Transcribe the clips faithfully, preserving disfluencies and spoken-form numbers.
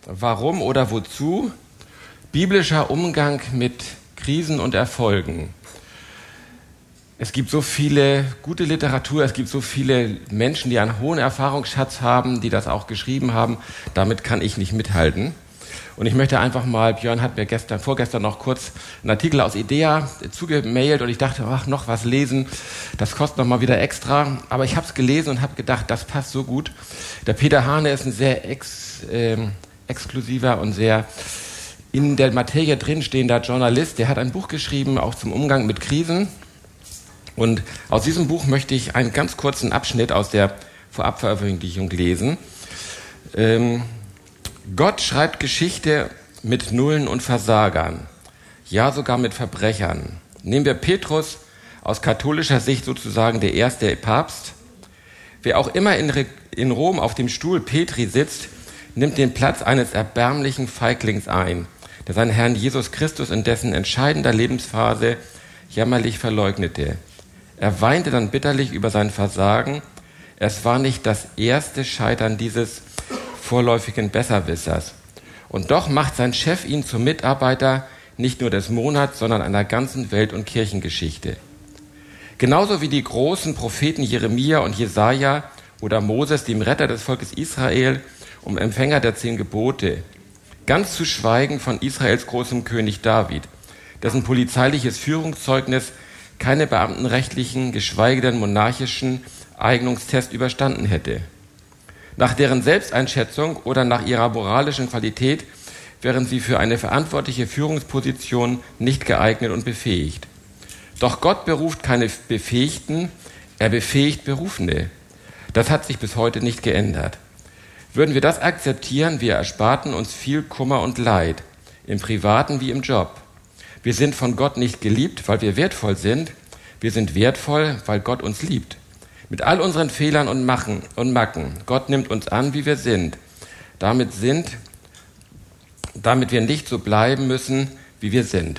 Warum oder wozu? Biblischer Umgang mit Krisen und Erfolgen. Es gibt so viele gute Literatur, es gibt so viele Menschen, die einen hohen Erfahrungsschatz haben, die das auch geschrieben haben. Damit kann ich nicht mithalten. Und ich möchte einfach mal, Björn hat mir gestern, vorgestern noch kurz einen Artikel aus IDEA zugemailt und ich dachte, ach, noch was lesen, das kostet noch mal wieder extra. Aber ich habe es gelesen und habe gedacht, das passt so gut. Der Peter Hane ist ein sehr ex, äh, exklusiver und sehr in der Materie drinstehender Journalist. Der hat ein Buch geschrieben, auch zum Umgang mit Krisen. Und aus diesem Buch möchte ich einen ganz kurzen Abschnitt aus der Vorabveröffentlichung lesen. Ähm, Gott schreibt Geschichte mit Nullen und Versagern, ja sogar mit Verbrechern. Nehmen wir Petrus, aus katholischer Sicht sozusagen der erste Papst. Wer auch immer in, Re- in Rom auf dem Stuhl Petri sitzt, nimmt den Platz eines erbärmlichen Feiglings ein, der seinen Herrn Jesus Christus in dessen entscheidender Lebensphase jämmerlich verleugnete. Er weinte dann bitterlich über sein Versagen. Es war nicht das erste Scheitern dieses vorläufigen Besserwissers. Und doch macht sein Chef ihn zum Mitarbeiter nicht nur des Monats, sondern einer ganzen Welt- und Kirchengeschichte. Genauso wie die großen Propheten Jeremia und Jesaja oder Moses, dem Retter des Volkes Israel und Empfänger der zehn Gebote. Ganz zu schweigen von Israels großem König David, dessen polizeiliches Führungszeugnis keine beamtenrechtlichen, geschweige denn monarchischen Eignungstest überstanden hätte. Nach deren Selbsteinschätzung oder nach ihrer moralischen Qualität wären sie für eine verantwortliche Führungsposition nicht geeignet und befähigt. Doch Gott beruft keine Befähigten, er befähigt Berufene. Das hat sich bis heute nicht geändert. Würden wir das akzeptieren, wir ersparten uns viel Kummer und Leid, im Privaten wie im Job. Wir sind von Gott nicht geliebt, weil wir wertvoll sind. Wir sind wertvoll, weil Gott uns liebt. Mit all unseren Fehlern und Machen und Macken. Gott nimmt uns an, wie wir sind. Damit sind, damit wir nicht so bleiben müssen, wie wir sind.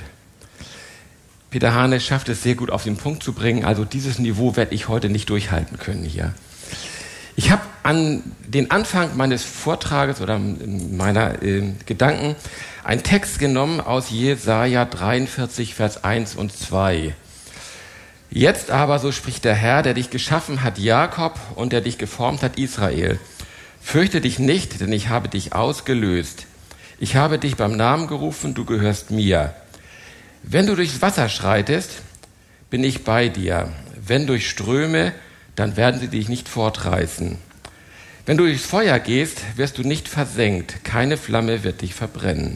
Peter Hane schafft es sehr gut auf den Punkt zu bringen. Also dieses Niveau werde ich heute nicht durchhalten können hier. Ich habe an den Anfang meines Vortrages oder meiner äh, Gedanken einen Text genommen aus Jesaja dreiundvierzig, Vers eins und zwei. Jetzt aber, so spricht der Herr, der dich geschaffen hat, Jakob, und der dich geformt hat, Israel. Fürchte dich nicht, denn ich habe dich ausgelöst. Ich habe dich beim Namen gerufen, du gehörst mir. Wenn du durchs Wasser schreitest, bin ich bei dir. Wenn durch Ströme, dann werden sie dich nicht fortreißen. Wenn du durchs Feuer gehst, wirst du nicht versenkt. Keine Flamme wird dich verbrennen.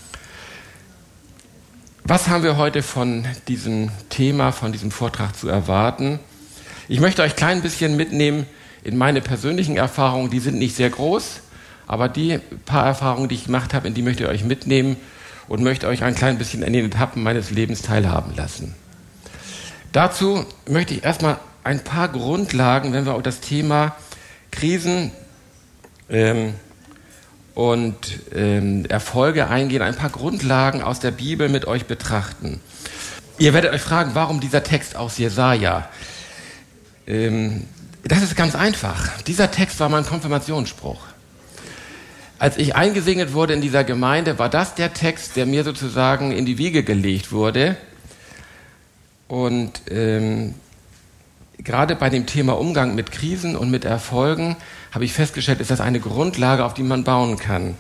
Was haben wir heute von diesem Thema, von diesem Vortrag zu erwarten? Ich möchte euch ein klein bisschen mitnehmen in meine persönlichen Erfahrungen. Die sind nicht sehr groß, aber die paar Erfahrungen, die ich gemacht habe, in die möchte ich euch mitnehmen und möchte euch ein klein bisschen in den Etappen meines Lebens teilhaben lassen. Dazu möchte ich erstmal ein paar Grundlagen, wenn wir auf das Thema Krisen ähm, und ähm, Erfolge eingehen, ein paar Grundlagen aus der Bibel mit euch betrachten. Ihr werdet euch fragen, warum dieser Text aus Jesaja? Ähm, das ist ganz einfach. Dieser Text war mein Konfirmationsspruch. Als ich eingesegnet wurde in dieser Gemeinde, war das der Text, der mir sozusagen in die Wiege gelegt wurde. Und ähm, gerade bei dem Thema Umgang mit Krisen und mit Erfolgen habe ich festgestellt, ist das eine Grundlage, auf die man bauen kann.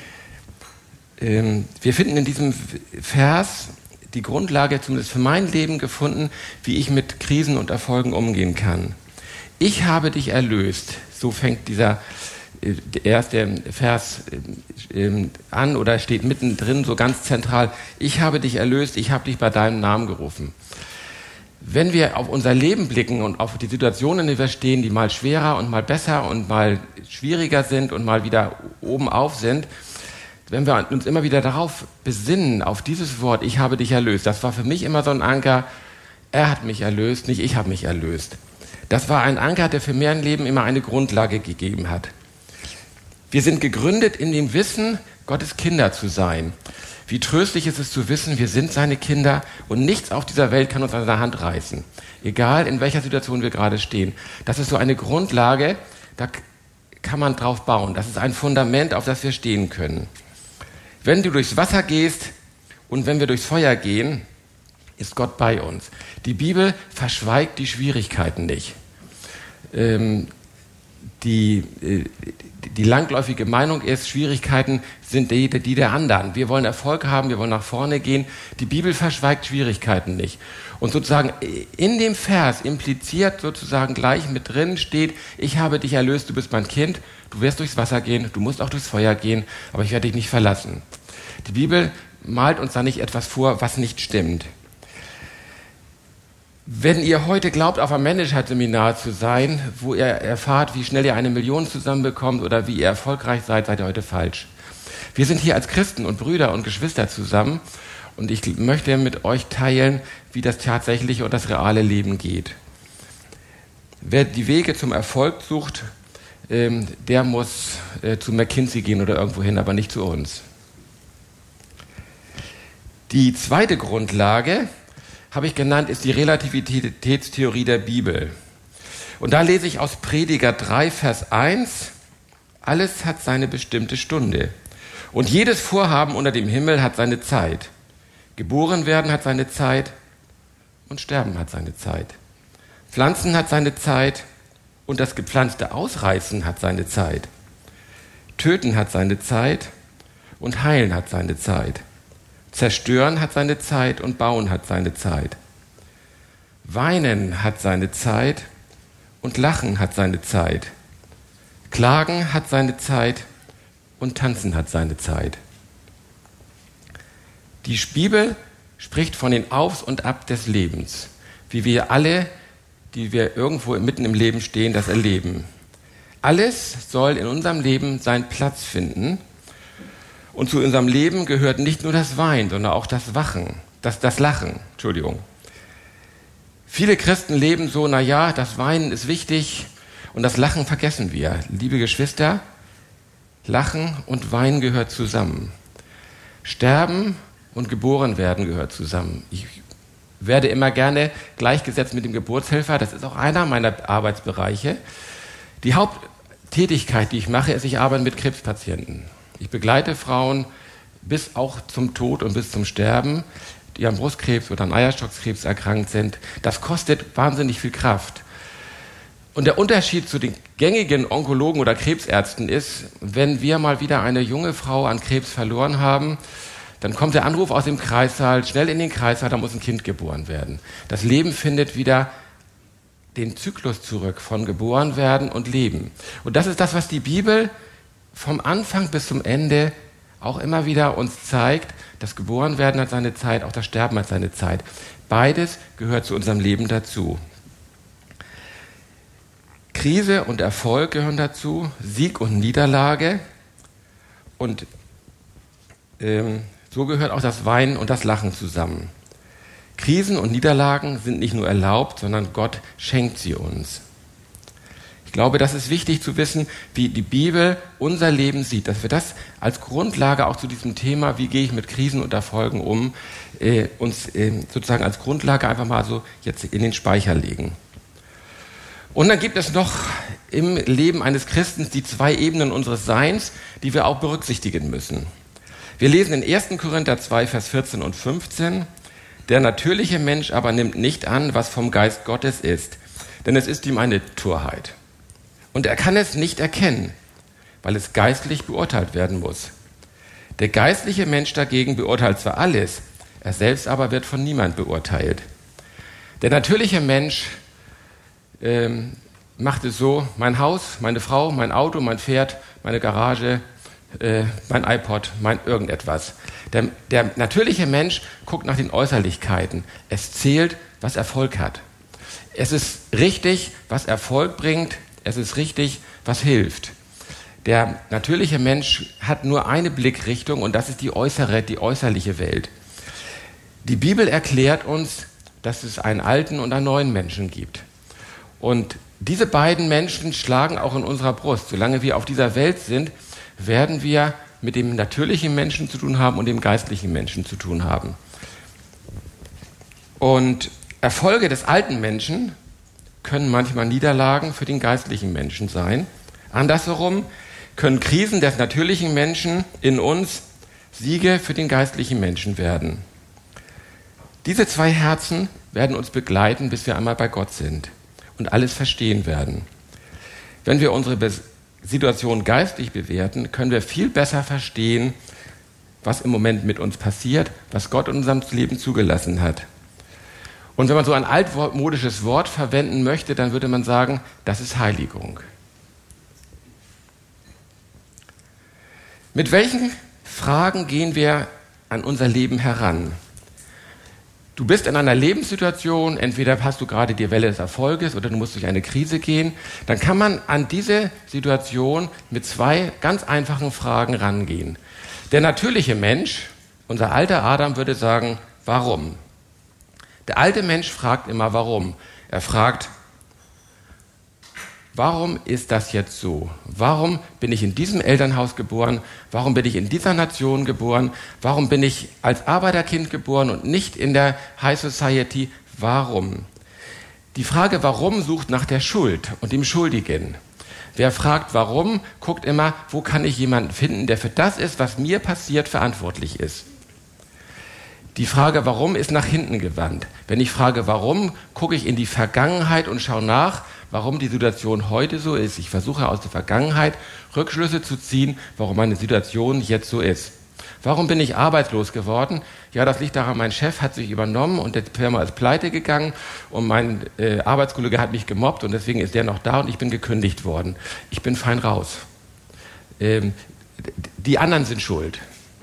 Ähm, wir finden in diesem Vers die Grundlage, zumindest für mein Leben, gefunden, wie ich mit Krisen und Erfolgen umgehen kann. Ich habe dich erlöst, so fängt dieser äh, erste Vers äh, an oder steht mittendrin so ganz zentral. Ich habe dich erlöst, ich habe dich bei deinem Namen gerufen. Wenn wir auf unser Leben blicken und auf die Situationen, in denen wir stehen, die mal schwerer und mal besser und mal schwieriger sind und mal wieder oben auf sind, wenn wir uns immer wieder darauf besinnen, auf dieses Wort, ich habe dich erlöst, das war für mich immer so ein Anker, er hat mich erlöst, nicht ich habe mich erlöst. Das war ein Anker, der für mein Leben immer eine Grundlage gegeben hat. Wir sind gegründet in dem Wissen, Gottes Kinder zu sein. Wie tröstlich ist es zu wissen, wir sind seine Kinder und nichts auf dieser Welt kann uns an der Hand reißen. Egal, in welcher Situation wir gerade stehen. Das ist so eine Grundlage, da kann man drauf bauen. Das ist ein Fundament, auf das wir stehen können. Wenn du durchs Wasser gehst und wenn wir durchs Feuer gehen, ist Gott bei uns. Die Bibel verschweigt die Schwierigkeiten nicht. Ähm, die, äh, die langläufige Meinung ist, Schwierigkeiten sind die, die der anderen. Wir wollen Erfolg haben, wir wollen nach vorne gehen. Die Bibel verschweigt Schwierigkeiten nicht. Und sozusagen in dem Vers impliziert sozusagen gleich mit drin steht, ich habe dich erlöst, du bist mein Kind, du wirst durchs Wasser gehen, du musst auch durchs Feuer gehen, aber ich werde dich nicht verlassen. Die Bibel malt uns da nicht etwas vor, was nicht stimmt. Wenn ihr heute glaubt, auf einem Manager-Seminar zu sein, wo ihr erfahrt, wie schnell ihr eine Million zusammenbekommt oder wie ihr erfolgreich seid, seid ihr heute falsch. Wir sind hier als Christen und Brüder und Geschwister zusammen und ich möchte mit euch teilen, wie das tatsächliche und das reale Leben geht. Wer die Wege zum Erfolg sucht, ähm, der muss äh, zu McKinsey gehen oder irgendwo hin, aber nicht zu uns. Die zweite Grundlage, habe ich genannt, ist die Relativitätstheorie der Bibel. Und da lese ich aus Prediger drei, Vers eins, alles hat seine bestimmte Stunde. Und jedes Vorhaben unter dem Himmel hat seine Zeit. Geboren werden hat seine Zeit und sterben hat seine Zeit. Pflanzen hat seine Zeit und das gepflanzte Ausreißen hat seine Zeit. Töten hat seine Zeit und heilen hat seine Zeit. Zerstören hat seine Zeit und bauen hat seine Zeit. Weinen hat seine Zeit und lachen hat seine Zeit. Klagen hat seine Zeit und tanzen hat seine Zeit. Die Bibel spricht von den Aufs und Ab des Lebens, wie wir alle, die wir irgendwo mitten im Leben stehen, das erleben. Alles soll in unserem Leben seinen Platz finden. Und zu unserem Leben gehört nicht nur das Weinen, sondern auch das Wachen, das, das Lachen. Entschuldigung. Viele Christen leben so, na ja, das Weinen ist wichtig und das Lachen vergessen wir. Liebe Geschwister, Lachen und Weinen gehört zusammen. Sterben und geboren werden gehört zusammen. Ich werde immer gerne gleichgesetzt mit dem Geburtshelfer. Das ist auch einer meiner Arbeitsbereiche. Die Haupttätigkeit, die ich mache, ist, ich arbeite mit Krebspatienten. Ich begleite Frauen bis auch zum Tod und bis zum Sterben, die an Brustkrebs oder an Eierstockskrebs erkrankt sind. Das kostet wahnsinnig viel Kraft. Und der Unterschied zu den gängigen Onkologen oder Krebsärzten ist, wenn wir mal wieder eine junge Frau an Krebs verloren haben, dann kommt der Anruf aus dem Kreissaal, schnell in den Kreissaal, da muss ein Kind geboren werden. Das Leben findet wieder den Zyklus zurück von geboren werden und leben. Und das ist das, was die Bibel vom Anfang bis zum Ende auch immer wieder uns zeigt, das Geborenwerden hat seine Zeit, auch das Sterben hat seine Zeit. Beides gehört zu unserem Leben dazu. Krise und Erfolg gehören dazu, Sieg und Niederlage und ähm, so gehört auch das Weinen und das Lachen zusammen. Krisen und Niederlagen sind nicht nur erlaubt, sondern Gott schenkt sie uns. Ich glaube, das ist wichtig zu wissen, wie die Bibel unser Leben sieht, dass wir das als Grundlage auch zu diesem Thema, wie gehe ich mit Krisen und Erfolgen um, äh, uns äh, sozusagen als Grundlage einfach mal so jetzt in den Speicher legen. Und dann gibt es noch im Leben eines Christen die zwei Ebenen unseres Seins, die wir auch berücksichtigen müssen. Wir lesen in ersten Korinther zwei, Vers vierzehn und fünfzehn, der natürliche Mensch aber nimmt nicht an, was vom Geist Gottes ist, denn es ist ihm eine Torheit. Und er kann es nicht erkennen, weil es geistlich beurteilt werden muss. Der geistliche Mensch dagegen beurteilt zwar alles, er selbst aber wird von niemand beurteilt. Der natürliche Mensch ähm, macht es so, mein Haus, meine Frau, mein Auto, mein Pferd, meine Garage, äh, mein iPod, mein irgendetwas. Der, der natürliche Mensch guckt nach den Äußerlichkeiten. Es zählt, was Erfolg hat. Es ist richtig, was Erfolg bringt. Es ist richtig, was hilft. Der natürliche Mensch hat nur eine Blickrichtung und das ist die äußere, die äußerliche Welt. Die Bibel erklärt uns, dass es einen alten und einen neuen Menschen gibt. Und diese beiden Menschen schlagen auch in unserer Brust. Solange wir auf dieser Welt sind, werden wir mit dem natürlichen Menschen zu tun haben und dem geistlichen Menschen zu tun haben. Und Erfolge des alten Menschen können manchmal Niederlagen für den geistlichen Menschen sein, Andersherum können Krisen des natürlichen Menschen in uns Siege für den geistlichen Menschen werden. Diese zwei Herzen werden uns begleiten, bis wir einmal bei Gott sind und alles verstehen werden. Wenn wir unsere Be- Situation geistlich bewerten, können wir viel besser verstehen, was im Moment mit uns passiert, was Gott in unserem Leben zugelassen hat. Und wenn man so ein altmodisches Wort verwenden möchte, dann würde man sagen, das ist Heiligung. Mit welchen Fragen gehen wir an unser Leben heran? Du bist in einer Lebenssituation, entweder hast du gerade die Welle des Erfolges oder du musst durch eine Krise gehen, dann kann man an diese Situation mit zwei ganz einfachen Fragen rangehen. Der natürliche Mensch, unser alter Adam, würde sagen, warum? Der alte Mensch fragt immer, warum. Er fragt, warum ist das jetzt so? Warum bin ich in diesem Elternhaus geboren? Warum bin ich in dieser Nation geboren? Warum bin ich als Arbeiterkind geboren und nicht in der High Society? Warum? Die Frage warum sucht nach der Schuld und dem Schuldigen. Wer fragt warum, guckt immer, wo kann ich jemanden finden, der für das ist, was mir passiert, verantwortlich ist. Die Frage warum ist nach hinten gewandt. Wenn ich frage warum, gucke ich in die Vergangenheit und schaue nach, warum die Situation heute so ist. Ich versuche aus der Vergangenheit Rückschlüsse zu ziehen, warum meine Situation jetzt so ist. Warum bin ich arbeitslos geworden? Ja, das liegt daran, mein Chef hat sich übernommen und die Firma ist pleite gegangen und mein äh, Arbeitskollege hat mich gemobbt und deswegen ist der noch da und ich bin gekündigt worden. Ich bin fein raus. Ähm, die anderen sind schuld.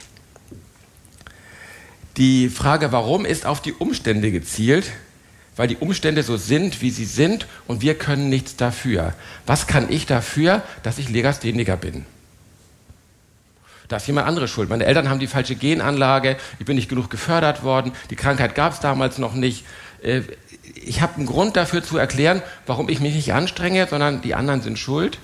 Die Frage warum ist auf die Umstände gezielt, weil die Umstände so sind, wie sie sind und wir können nichts dafür. Was kann ich dafür, dass ich Legastheniker bin? Da ist jemand anderes schuld. Meine Eltern haben die falsche Genanlage, ich bin nicht genug gefördert worden, die Krankheit gab es damals noch nicht. Ich habe einen Grund dafür zu erklären, warum ich mich nicht anstrenge, sondern die anderen sind schuld.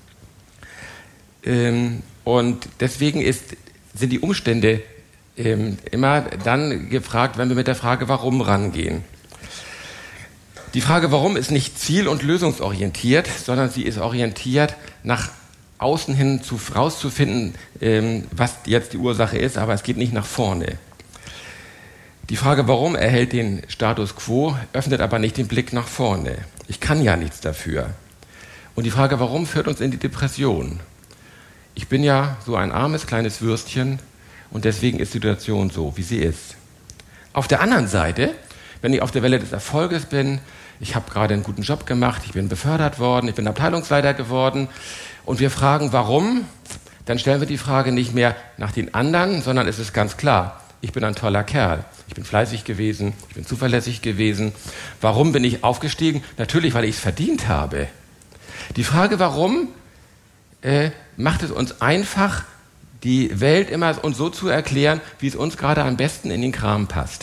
Und deswegen ist, sind die Umstände immer dann gefragt, wenn wir mit der Frage warum rangehen. Die Frage warum ist nicht ziel- und lösungsorientiert, sondern sie ist orientiert nach außen hin zu, rauszufinden, ähm, was jetzt die Ursache ist, aber es geht nicht nach vorne. Die Frage warum erhält den Status quo, öffnet aber nicht den Blick nach vorne. Ich kann ja nichts dafür. Und die Frage warum führt uns in die Depression. Ich bin ja so ein armes kleines Würstchen und deswegen ist die Situation so, wie sie ist. Auf der anderen Seite, wenn ich auf der Welle des Erfolges bin, ich habe gerade einen guten Job gemacht, ich bin befördert worden, ich bin Abteilungsleiter geworden und wir fragen, warum, dann stellen wir die Frage nicht mehr nach den anderen, sondern es ist ganz klar, ich bin ein toller Kerl, ich bin fleißig gewesen, ich bin zuverlässig gewesen. Warum bin ich aufgestiegen? Natürlich, weil ich es verdient habe. Die Frage, warum, äh, macht es uns einfach, die Welt immer uns so zu erklären, wie es uns gerade am besten in den Kram passt.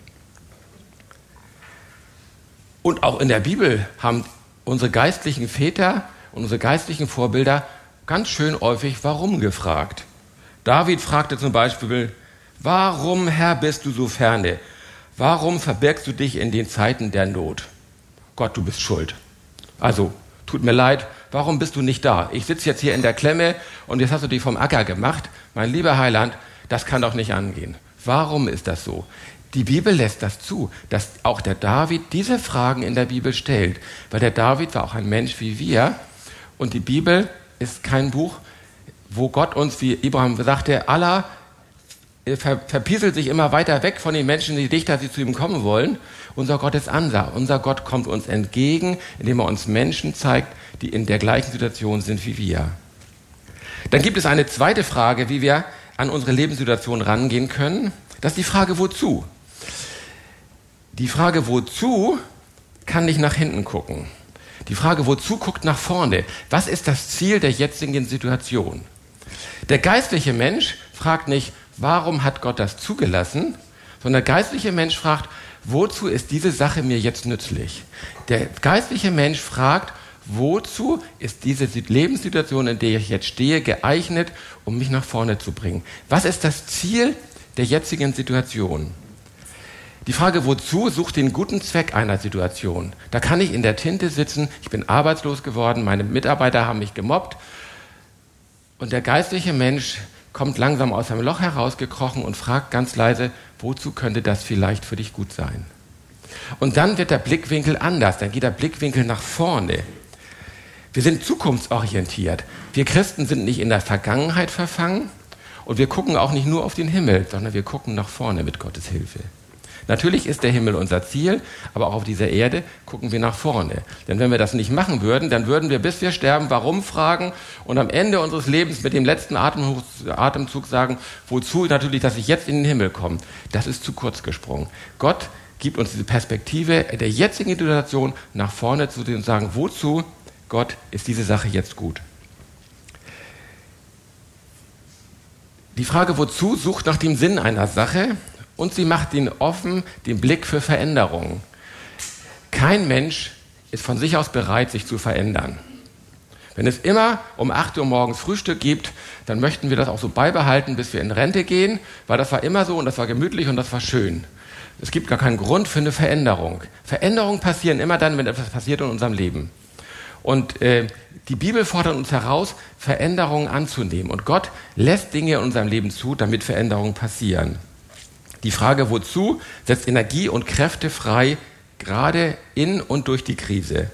Und auch in der Bibel haben unsere geistlichen Väter und unsere geistlichen Vorbilder ganz schön häufig warum gefragt. David fragte zum Beispiel, warum, Herr, bist du so ferne? Warum verbirgst du dich in den Zeiten der Not? Gott, du bist schuld. Also, tut mir leid, warum bist du nicht da? Ich sitze jetzt hier in der Klemme und jetzt hast du dich vom Acker gemacht. Mein lieber Heiland, das kann doch nicht angehen. Warum ist das so? Die Bibel lässt das zu, dass auch der David diese Fragen in der Bibel stellt. Weil der David war auch ein Mensch wie wir. Und die Bibel ist kein Buch, wo Gott uns, wie Abraham sagte, Allah ver- verpieselt sich immer weiter weg von den Menschen, die dichter sie zu ihm kommen wollen. Unser Gott ist anders. Unser Gott kommt uns entgegen, indem er uns Menschen zeigt, die in der gleichen Situation sind wie wir. Dann gibt es eine zweite Frage, wie wir an unsere Lebenssituation rangehen können. Das ist die Frage, wozu? Die Frage, wozu, kann nicht nach hinten gucken. Die Frage, wozu, guckt nach vorne. Was ist das Ziel der jetzigen Situation? Der geistliche Mensch fragt nicht, warum hat Gott das zugelassen, sondern der geistliche Mensch fragt, wozu ist diese Sache mir jetzt nützlich? Der geistliche Mensch fragt, wozu ist diese Lebenssituation, in der ich jetzt stehe, geeignet, um mich nach vorne zu bringen? Was ist das Ziel der jetzigen Situation? Die Frage, wozu, sucht den guten Zweck einer Situation. Da kann ich in der Tinte sitzen, ich bin arbeitslos geworden, meine Mitarbeiter haben mich gemobbt und der geistliche Mensch kommt langsam aus seinem Loch herausgekrochen und fragt ganz leise, wozu könnte das vielleicht für dich gut sein? Und dann wird der Blickwinkel anders, dann geht der Blickwinkel nach vorne. Wir sind zukunftsorientiert. Wir Christen sind nicht in der Vergangenheit verfangen und wir gucken auch nicht nur auf den Himmel, sondern wir gucken nach vorne mit Gottes Hilfe. Natürlich ist der Himmel unser Ziel, aber auch auf dieser Erde gucken wir nach vorne. Denn wenn wir das nicht machen würden, dann würden wir, bis wir sterben, warum fragen und am Ende unseres Lebens mit dem letzten Atemzug sagen, wozu natürlich, dass ich jetzt in den Himmel komme. Das ist zu kurz gesprungen. Gott gibt uns diese Perspektive der jetzigen Situation nach vorne zu sehen und sagen, wozu, Gott, ist diese Sache jetzt gut? Die Frage, wozu, sucht nach dem Sinn einer Sache. Und sie macht ihn offen, den Blick für Veränderungen. Kein Mensch ist von sich aus bereit, sich zu verändern. Wenn es immer um acht Uhr morgens Frühstück gibt, dann möchten wir das auch so beibehalten, bis wir in Rente gehen, weil das war immer so und das war gemütlich und das war schön. Es gibt gar keinen Grund für eine Veränderung. Veränderungen passieren immer dann, wenn etwas passiert in unserem Leben. Und äh, die Bibel fordert uns heraus, Veränderungen anzunehmen. Und Gott lässt Dinge in unserem Leben zu, damit Veränderungen passieren. Die Frage, wozu, setzt Energie und Kräfte frei, gerade in und durch die Krise.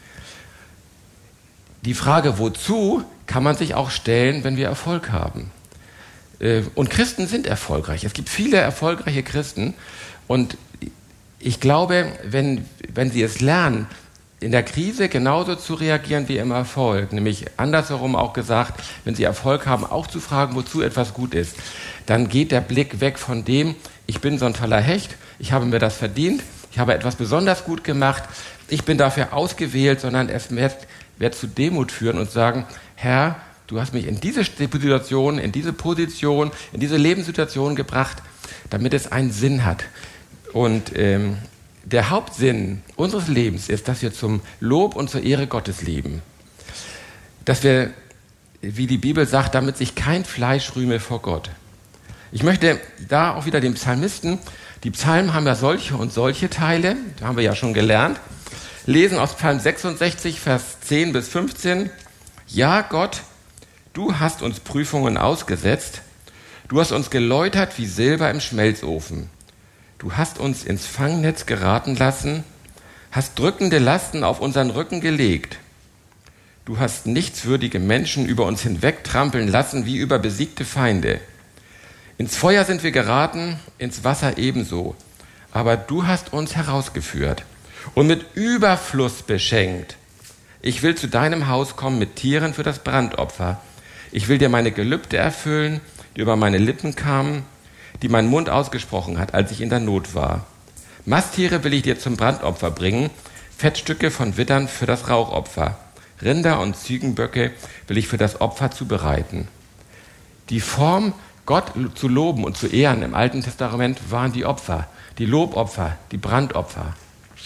Die Frage, wozu, kann man sich auch stellen, wenn wir Erfolg haben. Und Christen sind erfolgreich. Es gibt viele erfolgreiche Christen. Und ich glaube, wenn, wenn sie es lernen, in der Krise genauso zu reagieren wie im Erfolg, nämlich andersherum auch gesagt, wenn sie Erfolg haben, auch zu fragen, wozu etwas gut ist, dann geht der Blick weg von dem, ich bin so ein toller Hecht, ich habe mir das verdient, ich habe etwas besonders gut gemacht, ich bin dafür ausgewählt, sondern es wird, wird zu Demut führen und sagen, Herr, du hast mich in diese Situation, in diese Position, in diese Lebenssituation gebracht, damit es einen Sinn hat. Und ähm, der Hauptsinn unseres Lebens ist, dass wir zum Lob und zur Ehre Gottes leben. Dass wir, wie die Bibel sagt, damit sich kein Fleisch rühme vor Gott. Ich möchte da auch wieder den Psalmisten, die Psalmen haben ja solche und solche Teile, da haben wir ja schon gelernt, lesen aus Psalm sechsundsechzig, Vers zehn bis fünfzehn. Ja, Gott, du hast uns Prüfungen ausgesetzt, du hast uns geläutert wie Silber im Schmelzofen. Du hast uns ins Fangnetz geraten lassen, hast drückende Lasten auf unseren Rücken gelegt. Du hast nichtswürdige Menschen über uns hinwegtrampeln lassen wie über besiegte Feinde. Ins Feuer sind wir geraten, ins Wasser ebenso. Aber du hast uns herausgeführt und mit Überfluss beschenkt. Ich will zu deinem Haus kommen mit Tieren für das Brandopfer. Ich will dir meine Gelübde erfüllen, die über meine Lippen kamen, die mein Mund ausgesprochen hat, als ich in der Not war. Masttiere will ich dir zum Brandopfer bringen, Fettstücke von Widdern für das Rauchopfer. Rinder und Ziegenböcke will ich für das Opfer zubereiten. Die Form, Gott zu loben und zu ehren im Alten Testament waren die Opfer, die Lobopfer, die Brandopfer.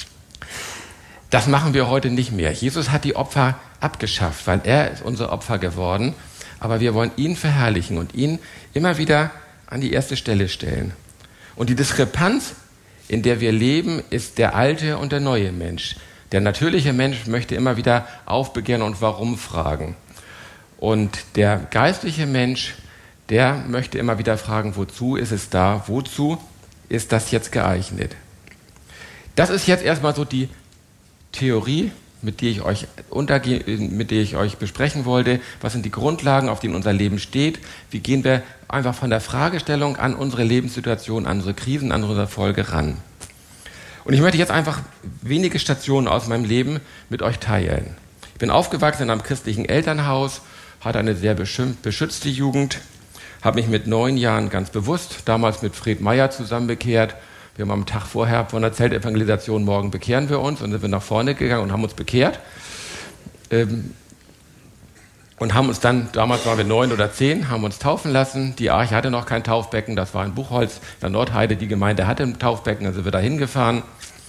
Das machen wir heute nicht mehr. Jesus hat die Opfer abgeschafft, weil er ist unser Opfer geworden. Aber wir wollen ihn verherrlichen und ihn immer wieder an die erste Stelle stellen. Und die Diskrepanz, in der wir leben, ist der alte und der neue Mensch. Der natürliche Mensch möchte immer wieder aufbegehren und warum fragen. Und der geistliche Mensch, der möchte immer wieder fragen, wozu ist es da, wozu ist das jetzt geeignet. Das ist jetzt erstmal so die Theorie, mit der ich euch unterge- mit der ich euch besprechen wollte. Was sind die Grundlagen, auf denen unser Leben steht? Wie gehen wir einfach von der Fragestellung an unsere Lebenssituation, an unsere Krisen, an unsere Erfolge ran? Und ich möchte jetzt einfach wenige Stationen aus meinem Leben mit euch teilen. Ich bin aufgewachsen in einem christlichen Elternhaus, hatte eine sehr beschützte Jugend, habe mich mit neun Jahren ganz bewusst, damals mit Fred Meyer zusammen bekehrt. Wir haben am Tag vorher von der Zeltevangelisation, morgen bekehren wir uns, und sind wir nach vorne gegangen und haben uns bekehrt. Ähm, und haben uns dann, damals waren wir neun oder zehn, haben uns taufen lassen. Die Arche hatte noch kein Taufbecken, das war in Buchholz, in der Nordheide. Die Gemeinde hatte ein Taufbecken, dann sind wir da hingefahren.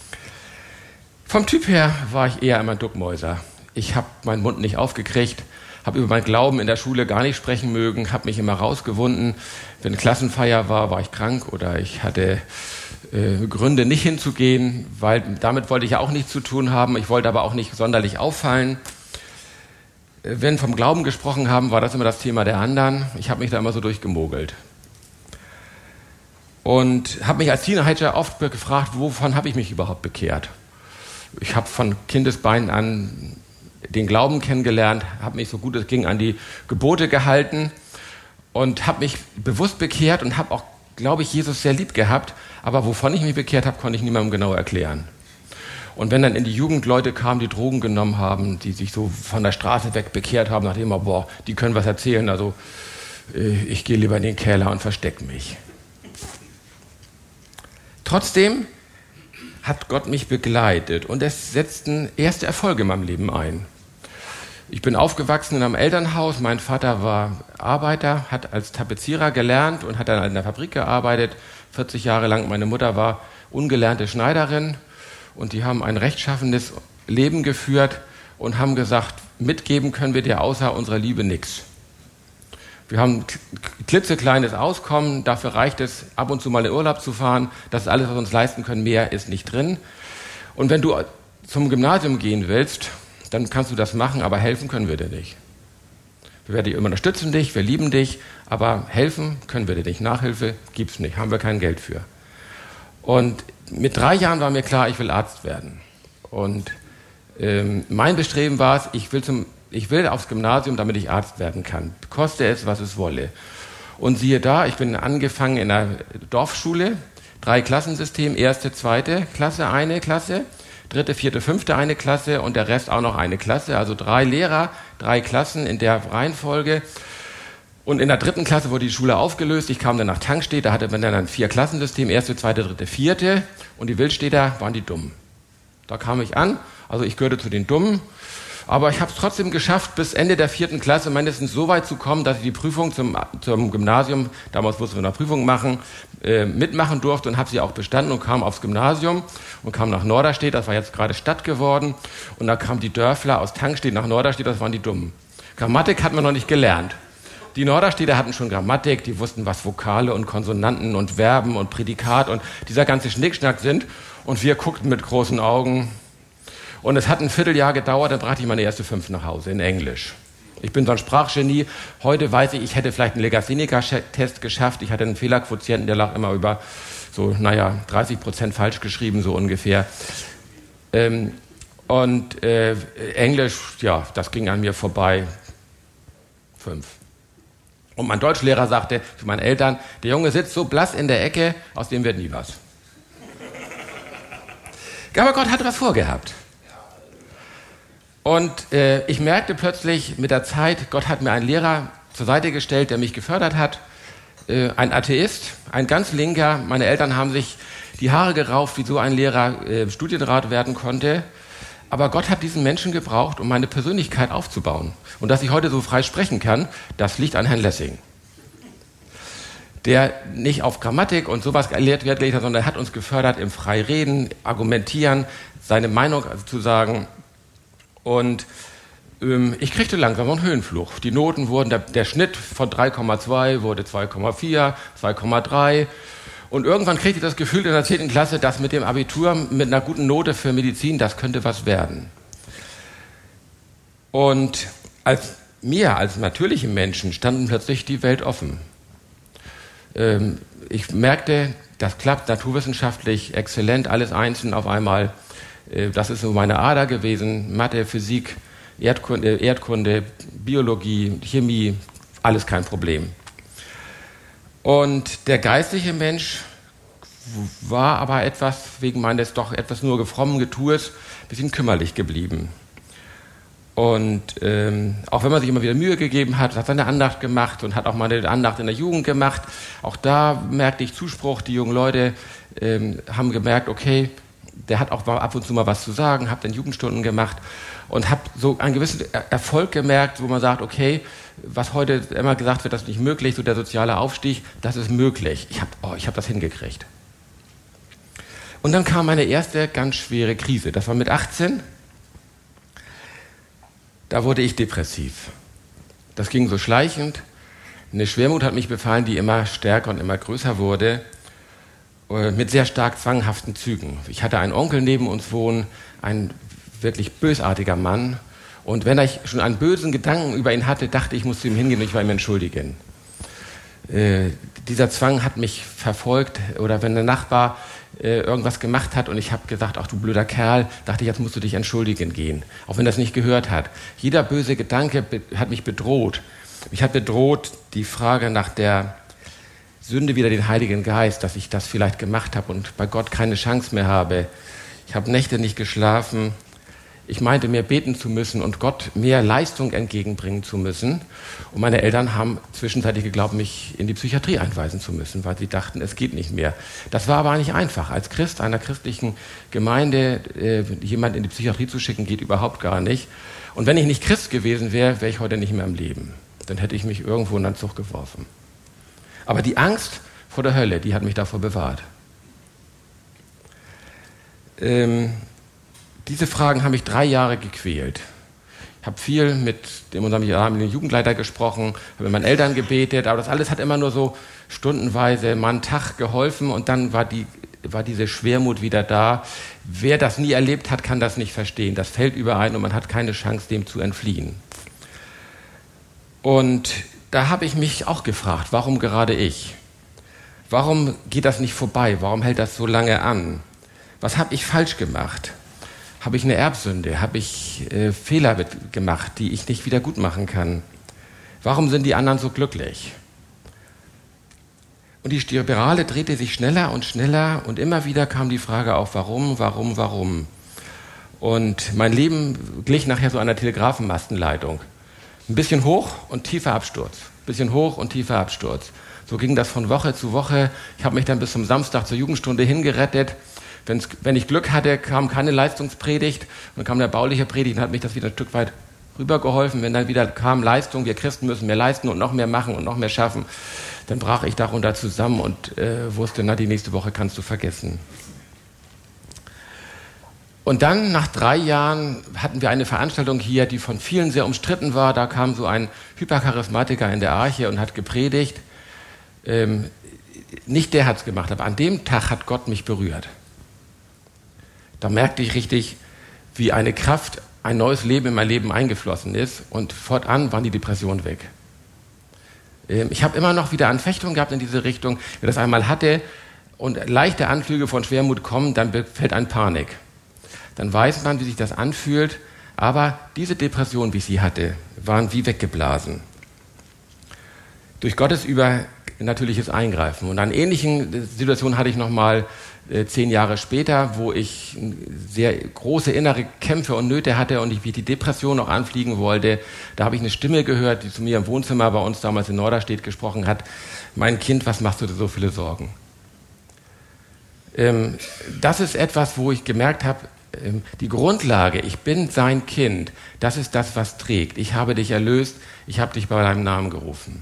Vom Typ her war ich eher immer ein Duckmäuser. Ich habe meinen Mund nicht aufgekriegt habe über meinen Glauben in der Schule gar nicht sprechen mögen, habe mich immer rausgewunden. Wenn Klassenfeier war, war ich krank oder ich hatte äh, Gründe, nicht hinzugehen, weil damit wollte ich ja auch nichts zu tun haben. Ich wollte aber auch nicht sonderlich auffallen. Wenn vom Glauben gesprochen haben, war das immer das Thema der anderen. Ich habe mich da immer so durchgemogelt. Und habe mich als Teenager oft gefragt, wovon habe ich mich überhaupt bekehrt? Ich habe von Kindesbeinen an den Glauben kennengelernt, habe mich so gut es ging an die Gebote gehalten und habe mich bewusst bekehrt und habe auch, glaube ich, Jesus sehr lieb gehabt. Aber wovon ich mich bekehrt habe, konnte ich niemandem genau erklären. Und wenn dann in die Jugend Leute kamen, die Drogen genommen haben, die sich so von der Straße weg bekehrt haben, nachdem man, boah, die können was erzählen, also äh, ich gehe lieber in den Keller und verstecke mich. Trotzdem hat Gott mich begleitet und es setzten erste Erfolge in meinem Leben ein. Ich bin aufgewachsen in einem Elternhaus, mein Vater war Arbeiter, hat als Tapezierer gelernt und hat dann in der Fabrik gearbeitet, vierzig Jahre lang. Meine Mutter war ungelernte Schneiderin und die haben ein rechtschaffenes Leben geführt und haben gesagt, mitgeben können wir dir außer unserer Liebe nichts. Wir haben ein klitzekleines Auskommen, dafür reicht es, ab und zu mal in Urlaub zu fahren. Das ist alles, was wir uns leisten können, mehr ist nicht drin. Und wenn du zum Gymnasium gehen willst, dann kannst du das machen, aber helfen können wir dir nicht. Wir werden dich unterstützen dich, wir lieben dich, aber helfen können wir dir nicht. Nachhilfe gibt's nicht, haben wir kein Geld für. Und mit drei Jahren war mir klar, ich will Arzt werden. Und ähm, mein Bestreben war es, ich will zum Ich will aufs Gymnasium, damit ich Arzt werden kann. Koste es, was es wolle. Und siehe da, ich bin angefangen in einer Dorfschule, drei Klassensystem, erste, zweite Klasse, eine Klasse, dritte, vierte, fünfte eine Klasse und der Rest auch noch eine Klasse. Also drei Lehrer, drei Klassen in der Reihenfolge. Und in der dritten Klasse wurde die Schule aufgelöst. Ich kam dann nach Tankstedt, da hatte man dann ein Vier-Klassensystem, erste, zweite, dritte, vierte. Und die Wildstädter waren die Dummen. Da kam ich an, also ich gehörte zu den Dummen. Aber ich habe es trotzdem geschafft, bis Ende der vierten Klasse mindestens so weit zu kommen, dass ich die Prüfung zum, zum Gymnasium, damals mussten wir eine Prüfung machen, äh, mitmachen durfte und habe sie auch bestanden und kam aufs Gymnasium und kam nach Norderstedt, das war jetzt gerade Stadt geworden. Und da kamen die Dörfler aus Tankstedt nach Norderstedt, das waren die Dummen. Grammatik hatten wir noch nicht gelernt. Die Norderstädter hatten schon Grammatik, die wussten, was Vokale und Konsonanten und Verben und Prädikat und dieser ganze Schnickschnack sind. Und wir guckten mit großen Augen. Und es hat ein Vierteljahr gedauert, dann brachte ich meine erste Fünf nach Hause in Englisch. Ich bin so ein Sprachgenie. Heute weiß ich, ich hätte vielleicht einen Legastheniker-Test geschafft. Ich hatte einen Fehlerquotienten, der lag immer über so, naja, dreißig Prozent falsch geschrieben, so ungefähr. Ähm, und äh, Englisch, ja, das ging an mir vorbei. Fünf. Und mein Deutschlehrer sagte zu meinen Eltern, der Junge sitzt so blass in der Ecke, aus dem wird nie was. Aber Gott hat was vorgehabt. Und äh, ich merkte plötzlich mit der Zeit, Gott hat mir einen Lehrer zur Seite gestellt, der mich gefördert hat. Äh, ein Atheist, ein ganz linker. Meine Eltern haben sich die Haare gerauft, wie so ein Lehrer äh, Studienrat werden konnte. Aber Gott hat diesen Menschen gebraucht, um meine Persönlichkeit aufzubauen. Und dass ich heute so frei sprechen kann, das liegt an Herrn Lessing. Der nicht auf Grammatik und sowas gelehrt wird, sondern er hat uns gefördert im Freireden, Argumentieren, seine Meinung zu sagen. Und ähm, ich kriegte langsam einen Höhenflug. Die Noten wurden, der, der Schnitt von drei Komma zwei wurde zwei Komma vier, zwei Komma drei. Und irgendwann kriegte ich das Gefühl in der zehnten Klasse, dass mit dem Abitur, mit einer guten Note für Medizin, das könnte was werden. Und als mir, als natürlichem Menschen, standen plötzlich die Welt offen. Ähm, ich merkte, das klappt naturwissenschaftlich exzellent, alles einzeln auf einmal. Das ist so meine Ader gewesen, Mathe, Physik, Erdkunde, Erdkunde, Biologie, Chemie, alles kein Problem. Und der geistliche Mensch war aber etwas, wegen meines doch etwas nur gefrommen Getues, ein bisschen kümmerlich geblieben. Und ähm, auch wenn man sich immer wieder Mühe gegeben hat, hat seine Andacht gemacht und hat auch mal eine Andacht in der Jugend gemacht, auch da merkte ich Zuspruch, die jungen Leute ähm, haben gemerkt, okay, der hat auch mal ab und zu mal was zu sagen, habe dann Jugendstunden gemacht und habe so einen gewissen Erfolg gemerkt, wo man sagt, okay, was heute immer gesagt wird, das ist nicht möglich, so der soziale Aufstieg, das ist möglich. Ich habe oh, ich hab das hingekriegt. Und dann kam meine erste ganz schwere Krise. Das war mit achtzehn. Da wurde ich depressiv. Das ging so schleichend. Eine Schwermut hat mich befallen, die immer stärker und immer größer wurde, mit sehr stark zwanghaften Zügen. Ich hatte einen Onkel neben uns wohnen, ein wirklich bösartiger Mann. Und wenn ich schon einen bösen Gedanken über ihn hatte, dachte ich, ich musste ihm hingehen und ich war ihm entschuldigen. Äh, dieser Zwang hat mich verfolgt. Oder wenn der Nachbar äh, irgendwas gemacht hat und ich habe gesagt, ach du blöder Kerl, dachte ich, jetzt musst du dich entschuldigen gehen. Auch wenn das nicht gehört hat. Jeder böse Gedanke be- hat mich bedroht. Mich hat bedroht die Frage nach der Sünde wider den Heiligen Geist, dass ich das vielleicht gemacht habe und bei Gott keine Chance mehr habe. Ich habe Nächte nicht geschlafen. Ich meinte, mehr beten zu müssen und Gott mehr Leistung entgegenbringen zu müssen. Und meine Eltern haben zwischenzeitlich geglaubt, mich in die Psychiatrie einweisen zu müssen, weil sie dachten, es geht nicht mehr. Das war aber nicht einfach. Als Christ einer christlichen Gemeinde äh, jemanden in die Psychiatrie zu schicken, geht überhaupt gar nicht. Und wenn ich nicht Christ gewesen wäre, wäre ich heute nicht mehr am Leben. Dann hätte ich mich irgendwo in den Zug geworfen. Aber die Angst vor der Hölle, die hat mich davor bewahrt. Ähm, diese Fragen haben mich drei Jahre gequält. Ich habe viel mit dem, unserem Jugendleiter gesprochen, habe mit meinen Eltern gebetet, aber das alles hat immer nur so stundenweise mal einen Tag geholfen und dann war, die, war diese Schwermut wieder da. Wer das nie erlebt hat, kann das nicht verstehen. Das fällt überein und man hat keine Chance, dem zu entfliehen. Und da habe ich mich auch gefragt, warum gerade ich? Warum geht das nicht vorbei? Warum hält das so lange an? Was habe ich falsch gemacht? Habe ich eine Erbsünde? Habe ich äh, Fehler gemacht, die ich nicht wieder gut machen kann? Warum sind die anderen so glücklich? Und die Spirale drehte sich schneller und schneller und immer wieder kam die Frage auf, warum, warum, warum? Und mein Leben glich nachher so einer Telegrafenmastenleitung. Ein bisschen hoch und tiefer Absturz. Ein bisschen hoch und tiefer Absturz. So ging das von Woche zu Woche. Ich habe mich dann bis zum Samstag zur Jugendstunde hingerettet. Wenn's, wenn ich Glück hatte, kam keine Leistungspredigt. Und dann kam eine bauliche Predigt und hat mich das wieder ein Stück weit rübergeholfen. Wenn dann wieder kam Leistung, wir Christen müssen mehr leisten und noch mehr machen und noch mehr schaffen, dann brach ich darunter zusammen und äh, wusste, na, die nächste Woche kannst du vergessen. Und dann, nach drei Jahren, hatten wir eine Veranstaltung hier, die von vielen sehr umstritten war. Da kam so ein Hypercharismatiker in der Arche und hat gepredigt. Ähm, nicht der hat es gemacht, aber an dem Tag hat Gott mich berührt. Da merkte ich richtig, wie eine Kraft, ein neues Leben in mein Leben eingeflossen ist. Und fortan waren die Depressionen weg. Ähm, ich habe immer noch wieder Anfechtungen gehabt in diese Richtung. Wer das einmal hatte und leichte Anflüge von Schwermut kommen, dann fällt ein Panik. Dann weiß man, wie sich das anfühlt. Aber diese Depressionen, wie ich sie hatte, waren wie weggeblasen. Durch Gottes übernatürliches Eingreifen. Und eine ähnliche Situation hatte ich nochmal äh, zehn Jahre später, wo ich sehr große innere Kämpfe und Nöte hatte und ich wie die Depression noch anfliegen wollte. Da habe ich eine Stimme gehört, die zu mir im Wohnzimmer bei uns damals in Norderstedt gesprochen hat. Mein Kind, was machst du dir so viele Sorgen? Ähm, das ist etwas, wo ich gemerkt habe, die Grundlage, ich bin sein Kind, das ist das, was trägt. Ich habe dich erlöst, ich habe dich bei deinem Namen gerufen.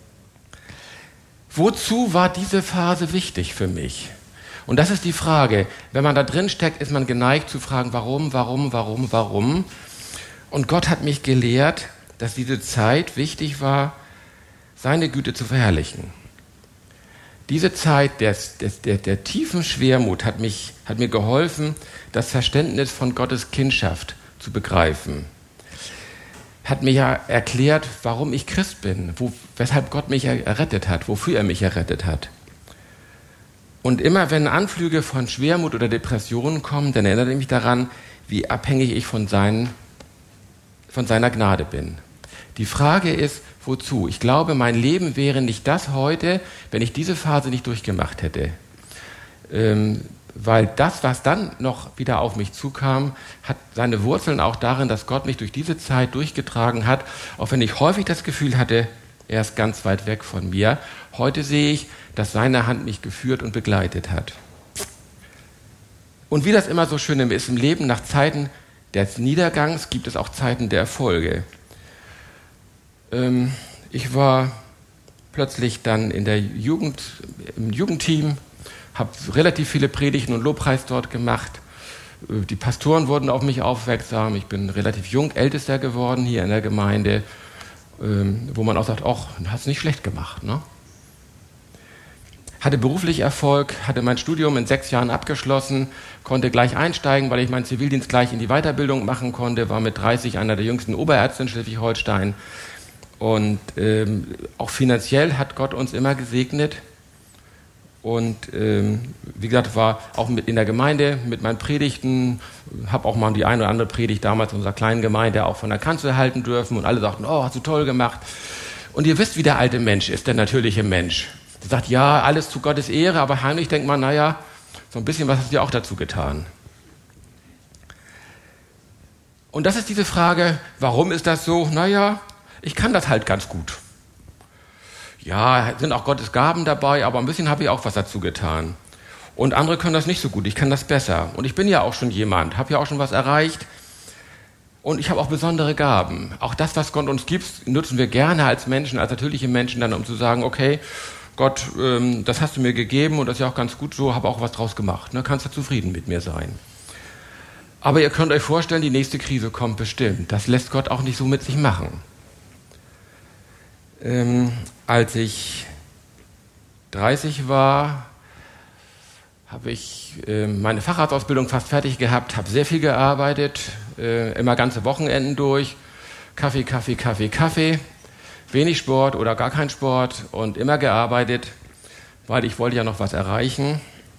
Wozu war diese Phase wichtig für mich? Und das ist die Frage. Wenn man da drin steckt, ist man geneigt zu fragen, warum, warum, warum, warum? Und Gott hat mich gelehrt, dass diese Zeit wichtig war, seine Güte zu verherrlichen. Diese Zeit des, des, der, der tiefen Schwermut hat, mich, hat mir geholfen, das Verständnis von Gottes Kindschaft zu begreifen. Hat mir ja erklärt, warum ich Christ bin, wo, weshalb Gott mich errettet hat, wofür er mich errettet hat. Und immer wenn Anflüge von Schwermut oder Depressionen kommen, dann erinnere ich mich daran, wie abhängig ich von, seinen, von seiner Gnade bin. Die Frage ist, wozu? Ich glaube, mein Leben wäre nicht das heute, wenn ich diese Phase nicht durchgemacht hätte. Ähm, weil das, was dann noch wieder auf mich zukam, hat seine Wurzeln auch darin, dass Gott mich durch diese Zeit durchgetragen hat, auch wenn ich häufig das Gefühl hatte, er ist ganz weit weg von mir. Heute sehe ich, dass seine Hand mich geführt und begleitet hat. Und wie das immer so schön ist im Leben, nach Zeiten des Niedergangs gibt es auch Zeiten der Erfolge. Ähm, ich war plötzlich dann in der Jugend, im Jugendteam, habe relativ viele Predigten und Lobpreis dort gemacht. Die Pastoren wurden auf mich aufmerksam. Ich bin relativ jung Ältester geworden hier in der Gemeinde. ähm, wo man auch sagt, ach, du hast es nicht schlecht gemacht. Ne? Hatte beruflich Erfolg, hatte mein Studium in sechs Jahren abgeschlossen, konnte gleich einsteigen, weil ich meinen Zivildienst gleich in die Weiterbildung machen konnte, war mit dreißig einer der jüngsten Oberärzte in Schleswig-Holstein. Und ähm, auch finanziell hat Gott uns immer gesegnet. Und ähm, wie gesagt, war auch mit in der Gemeinde mit meinen Predigten, habe auch mal die eine oder andere Predigt damals in unserer kleinen Gemeinde auch von der Kanzel halten dürfen und alle sagten, oh, hast du toll gemacht. Und ihr wisst, wie der alte Mensch ist, der natürliche Mensch. Der sagt, ja, alles zu Gottes Ehre, aber heimlich denkt man, naja, so ein bisschen was hast du ja auch dazu getan. Und das ist diese Frage, warum ist das so? Naja, ich kann das halt ganz gut. Ja, sind auch Gottes Gaben dabei, aber ein bisschen habe ich auch was dazu getan. Und andere können das nicht so gut, ich kann das besser. Und ich bin ja auch schon jemand, habe ja auch schon was erreicht. Und ich habe auch besondere Gaben. Auch das, was Gott uns gibt, nutzen wir gerne als Menschen, als natürliche Menschen dann, um zu sagen, okay, Gott, ähm, das hast du mir gegeben und das ist ja auch ganz gut so, habe auch was draus gemacht. Ne? Kannst du zufrieden mit mir sein. Aber ihr könnt euch vorstellen, die nächste Krise kommt bestimmt. Das lässt Gott auch nicht so mit sich machen. Ähm, als ich dreißig war, habe ich äh, meine Facharztausbildung fast fertig gehabt, habe sehr viel gearbeitet, äh, immer ganze Wochenenden durch, Kaffee, Kaffee, Kaffee, Kaffee, wenig Sport oder gar kein Sport und immer gearbeitet, weil ich wollte ja noch was erreichen.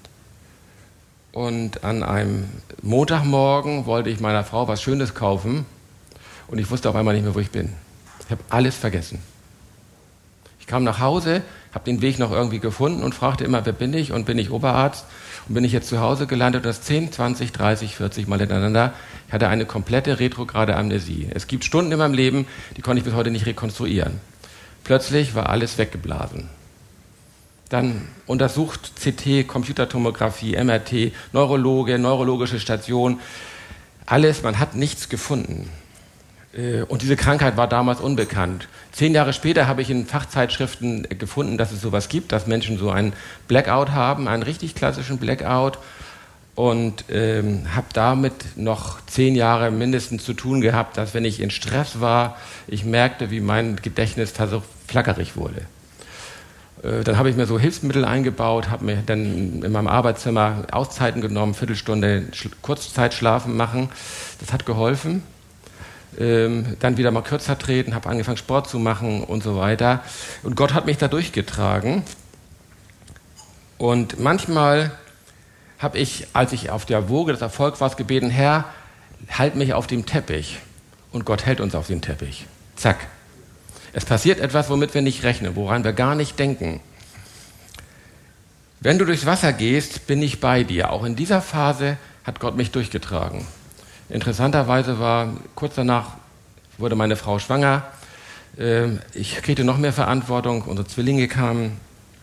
Und an einem Montagmorgen wollte ich meiner Frau was Schönes kaufen und ich wusste auf einmal nicht mehr, wo ich bin. Ich habe alles vergessen. Ich kam nach Hause, habe den Weg noch irgendwie gefunden und fragte immer, wer bin ich und bin ich Oberarzt und bin ich jetzt zu Hause gelandet und das zehn, zwanzig, dreißig, vierzig Mal hintereinander. Ich hatte eine komplette retrograde Amnesie. Es gibt Stunden in meinem Leben, die konnte ich bis heute nicht rekonstruieren. Plötzlich war alles weggeblasen. Dann untersucht C T, Computertomographie, M R T, Neurologe, neurologische Station. Alles, man hat nichts gefunden. Und diese Krankheit war damals unbekannt. Zehn Jahre später habe ich in Fachzeitschriften gefunden, dass es sowas gibt, dass Menschen so einen Blackout haben, einen richtig klassischen Blackout. Und ähm, habe damit noch zehn Jahre mindestens zu tun gehabt, dass wenn ich in Stress war, ich merkte, wie mein Gedächtnis so flackerig wurde. Äh, dann habe ich mir so Hilfsmittel eingebaut, habe mir dann in meinem Arbeitszimmer Auszeiten genommen, Viertelstunde Kurzzeitschlafen machen. Das hat geholfen. Ähm, dann wieder mal kürzer treten, habe angefangen Sport zu machen und so weiter. Und Gott hat mich da durchgetragen. Und manchmal habe ich, als ich auf der Woge des Erfolgs war, gebeten, Herr, halt mich auf dem Teppich. Und Gott hält uns auf dem Teppich. Zack. Es passiert etwas, womit wir nicht rechnen, woran wir gar nicht denken. Wenn du durchs Wasser gehst, bin ich bei dir. Auch in dieser Phase hat Gott mich durchgetragen. Interessanterweise war, kurz danach wurde meine Frau schwanger. Ich kriegte noch mehr Verantwortung, unsere Zwillinge kamen.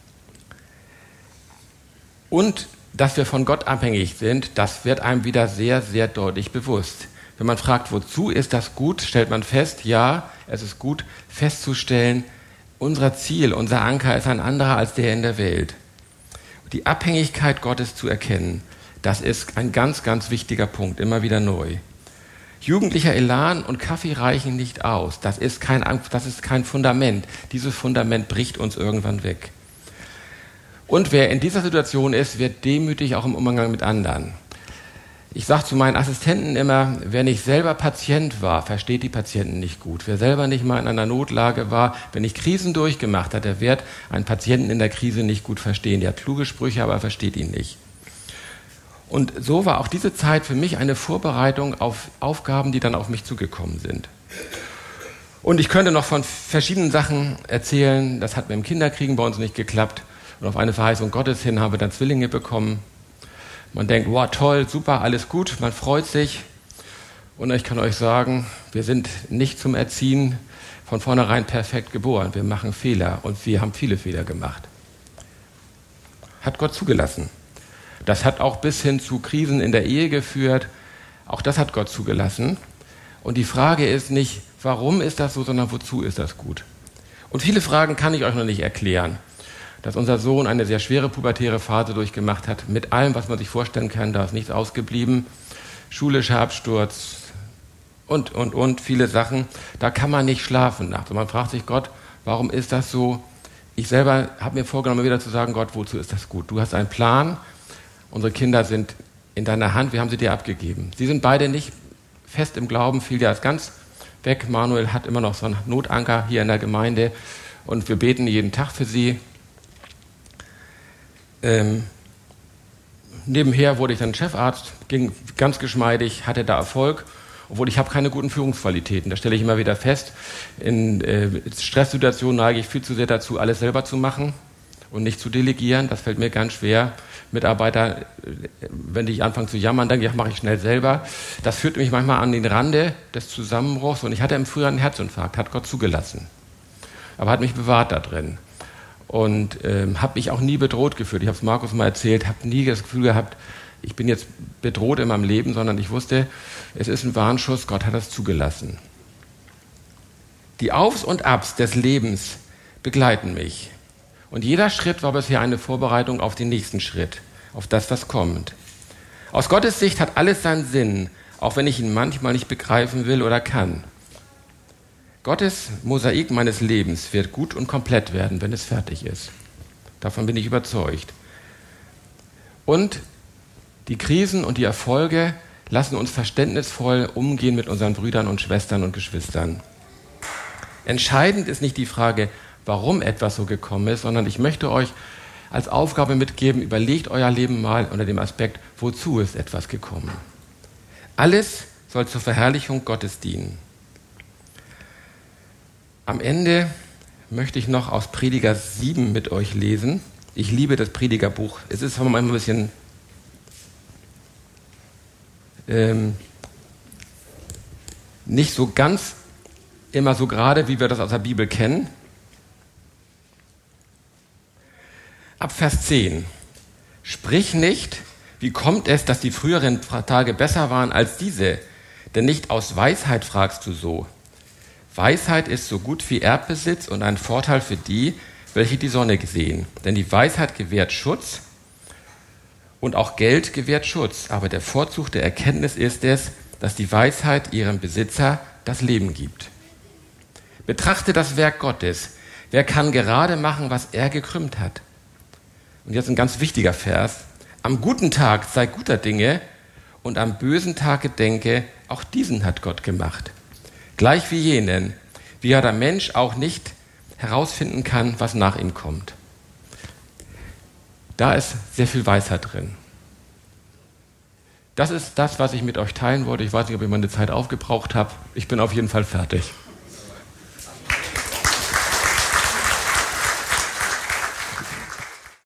Und dass wir von Gott abhängig sind, das wird einem wieder sehr, sehr deutlich bewusst. Wenn man fragt, wozu ist das gut, stellt man fest, ja, es ist gut festzustellen, unser Ziel, unser Anker ist ein anderer als der in der Welt. Die Abhängigkeit Gottes zu erkennen, das ist ein ganz, ganz wichtiger Punkt, immer wieder neu. Jugendlicher Elan und Kaffee reichen nicht aus. Das ist kein, das ist kein Fundament. Dieses Fundament bricht uns irgendwann weg. Und wer in dieser Situation ist, wird demütig auch im Umgang mit anderen. Ich sage zu meinen Assistenten immer, wer nicht selber Patient war, versteht die Patienten nicht gut. Wer selber nicht mal in einer Notlage war, wer nicht Krisen durchgemacht hat, der wird einen Patienten in der Krise nicht gut verstehen. Der hat kluge Sprüche, aber er versteht ihn nicht. Und so war auch diese Zeit für mich eine Vorbereitung auf Aufgaben, die dann auf mich zugekommen sind. Und ich könnte noch von verschiedenen Sachen erzählen. Das hat mit dem Kinderkriegen bei uns nicht geklappt. Und auf eine Verheißung Gottes hin haben wir dann Zwillinge bekommen. Man denkt, wow, toll, super, alles gut, man freut sich. Und ich kann euch sagen, wir sind nicht zum Erziehen von vornherein perfekt geboren. Wir machen Fehler und wir haben viele Fehler gemacht. Hat Gott zugelassen. Das hat auch bis hin zu Krisen in der Ehe geführt. Auch das hat Gott zugelassen. Und die Frage ist nicht, warum ist das so, sondern wozu ist das gut? Und viele Fragen kann ich euch noch nicht erklären. Dass unser Sohn eine sehr schwere pubertäre Phase durchgemacht hat, mit allem, was man sich vorstellen kann, da ist nichts ausgeblieben. Schulischer Absturz und, und, und, viele Sachen. Da kann man nicht schlafen nachts. Und man fragt sich, Gott, warum ist das so? Ich selber habe mir vorgenommen, wieder zu sagen, Gott, wozu ist das gut? Du hast einen Plan, unsere Kinder sind in deiner Hand, wir haben sie dir abgegeben. Sie sind beide nicht fest im Glauben, Filia ist ganz weg. Manuel hat immer noch so einen Notanker hier in der Gemeinde und wir beten jeden Tag für sie. Ähm, nebenher wurde ich dann Chefarzt, ging ganz geschmeidig, hatte da Erfolg, obwohl ich habe keine guten Führungsqualitäten. Da stelle ich immer wieder fest, in äh, Stresssituationen neige ich viel zu sehr dazu, alles selber zu machen und nicht zu delegieren. Das fällt mir ganz schwer. Mitarbeiter, wenn ich anfange zu jammern, denke ich, mache ich schnell selber. Das führt mich manchmal an den Rande des Zusammenbruchs. Und ich hatte im Frühjahr einen Herzinfarkt, hat Gott zugelassen. Aber hat mich bewahrt da drin. Und ähm, habe mich auch nie bedroht gefühlt. Ich habe es Markus mal erzählt, habe nie das Gefühl gehabt, ich bin jetzt bedroht in meinem Leben, sondern ich wusste, es ist ein Warnschuss, Gott hat das zugelassen. Die Aufs und Abs des Lebens begleiten mich. Und jeder Schritt war bisher eine Vorbereitung auf den nächsten Schritt, auf das, was kommt. Aus Gottes Sicht hat alles seinen Sinn, auch wenn ich ihn manchmal nicht begreifen will oder kann. Gottes Mosaik meines Lebens wird gut und komplett werden, wenn es fertig ist. Davon bin ich überzeugt. Und die Krisen und die Erfolge lassen uns verständnisvoll umgehen mit unseren Brüdern und Schwestern und Geschwistern. Entscheidend ist nicht die Frage, warum etwas so gekommen ist, sondern ich möchte euch als Aufgabe mitgeben, überlegt euer Leben mal unter dem Aspekt, wozu ist etwas gekommen. Alles soll zur Verherrlichung Gottes dienen. Am Ende möchte ich noch aus Prediger sieben mit euch lesen. Ich liebe das Predigerbuch. Es ist manchmal ein bisschen ähm, nicht so ganz immer so gerade, wie wir das aus der Bibel kennen. Ab Vers zehn. Sprich nicht, wie kommt es, dass die früheren Tage besser waren als diese? Denn nicht aus Weisheit fragst du so. Weisheit ist so gut wie Erbbesitz und ein Vorteil für die, welche die Sonne sehen. Denn die Weisheit gewährt Schutz und auch Geld gewährt Schutz. Aber der Vorzug der Erkenntnis ist es, dass die Weisheit ihrem Besitzer das Leben gibt. Betrachte das Werk Gottes. Wer kann gerade machen, was er gekrümmt hat? Und jetzt ein ganz wichtiger Vers. Am guten Tag sei guter Dinge und am bösen Tag gedenke, auch diesen hat Gott gemacht. Gleich wie jenen, wie ja der Mensch auch nicht herausfinden kann, was nach ihm kommt. Da ist sehr viel Weisheit drin. Das ist das, was ich mit euch teilen wollte. Ich weiß nicht, ob ich meine Zeit aufgebraucht habe. Ich bin auf jeden Fall fertig.